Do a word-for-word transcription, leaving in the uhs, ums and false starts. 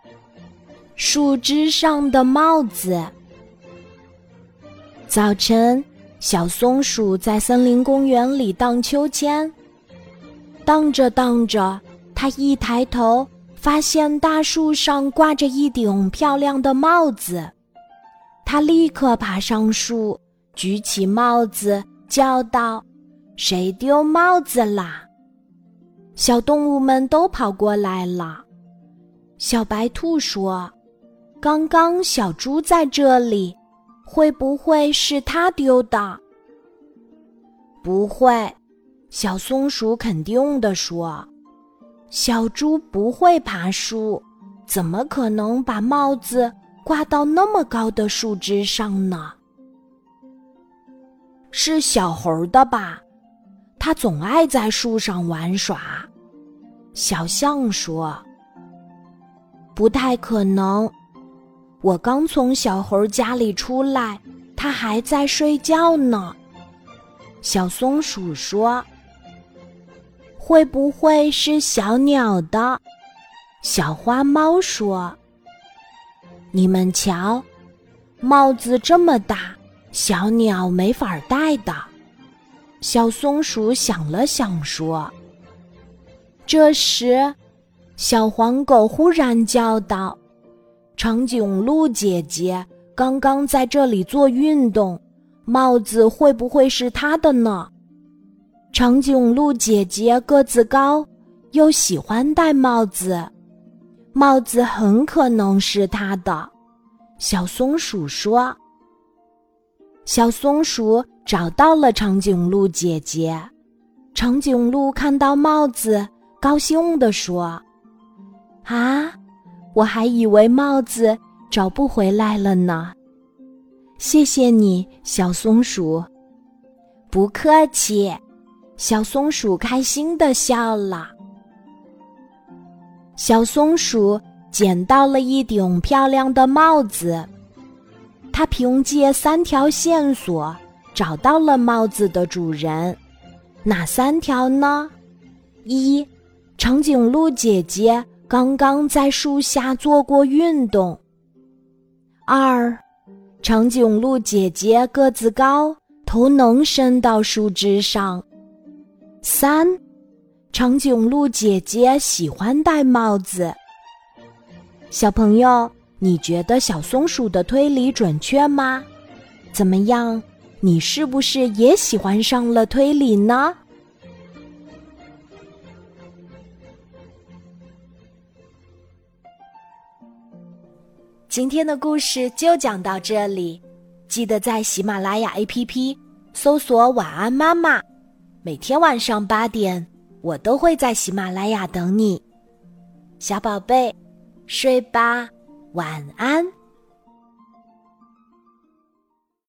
树枝上的帽子。早晨，小松鼠在森林公园里荡秋千，荡着荡着，它一抬头，发现大树上挂着一顶漂亮的帽子。它立刻爬上树，举起帽子，叫道：“谁丢帽子啦？”小动物们都跑过来了。小白兔说：“刚刚小猪在这里，会不会是它丢的？”“不会。”小松鼠肯定地说，“小猪不会爬树，怎么可能把帽子挂到那么高的树枝上呢？”“是小猴的吧？它总爱在树上玩耍。”小象说。“不太可能，我刚从小猴家里出来，它还在睡觉呢。”小松鼠说。“会不会是小鸟的？”小花猫说。“你们瞧，帽子这么大，小鸟没法戴的。”小松鼠想了想说。这时，小黄狗忽然叫道：“长颈鹿姐姐刚刚在这里做运动，帽子会不会是她的呢？”长颈鹿姐姐个子高，又喜欢戴帽子，帽子很可能是她的。小松鼠说。小松鼠找到了长颈鹿姐姐，长颈鹿看到帽子，高兴地说：“啊，我还以为帽子找不回来了呢。谢谢你，小松鼠。”“不客气。”小松鼠开心地笑了。小松鼠捡到了一顶漂亮的帽子，它凭借三条线索找到了帽子的主人。哪三条呢？一，长颈鹿姐姐刚刚在树下做过运动。二，长颈鹿姐姐个子高，头能伸到树枝上。三，长颈鹿姐姐喜欢戴帽子。小朋友，你觉得小松鼠的推理准确吗？怎么样，你是不是也喜欢上了推理呢？今天的故事就讲到这里，记得在喜马拉雅 A P P 搜索晚安妈妈，每天晚上八点，我都会在喜马拉雅等你。小宝贝，睡吧，晚安。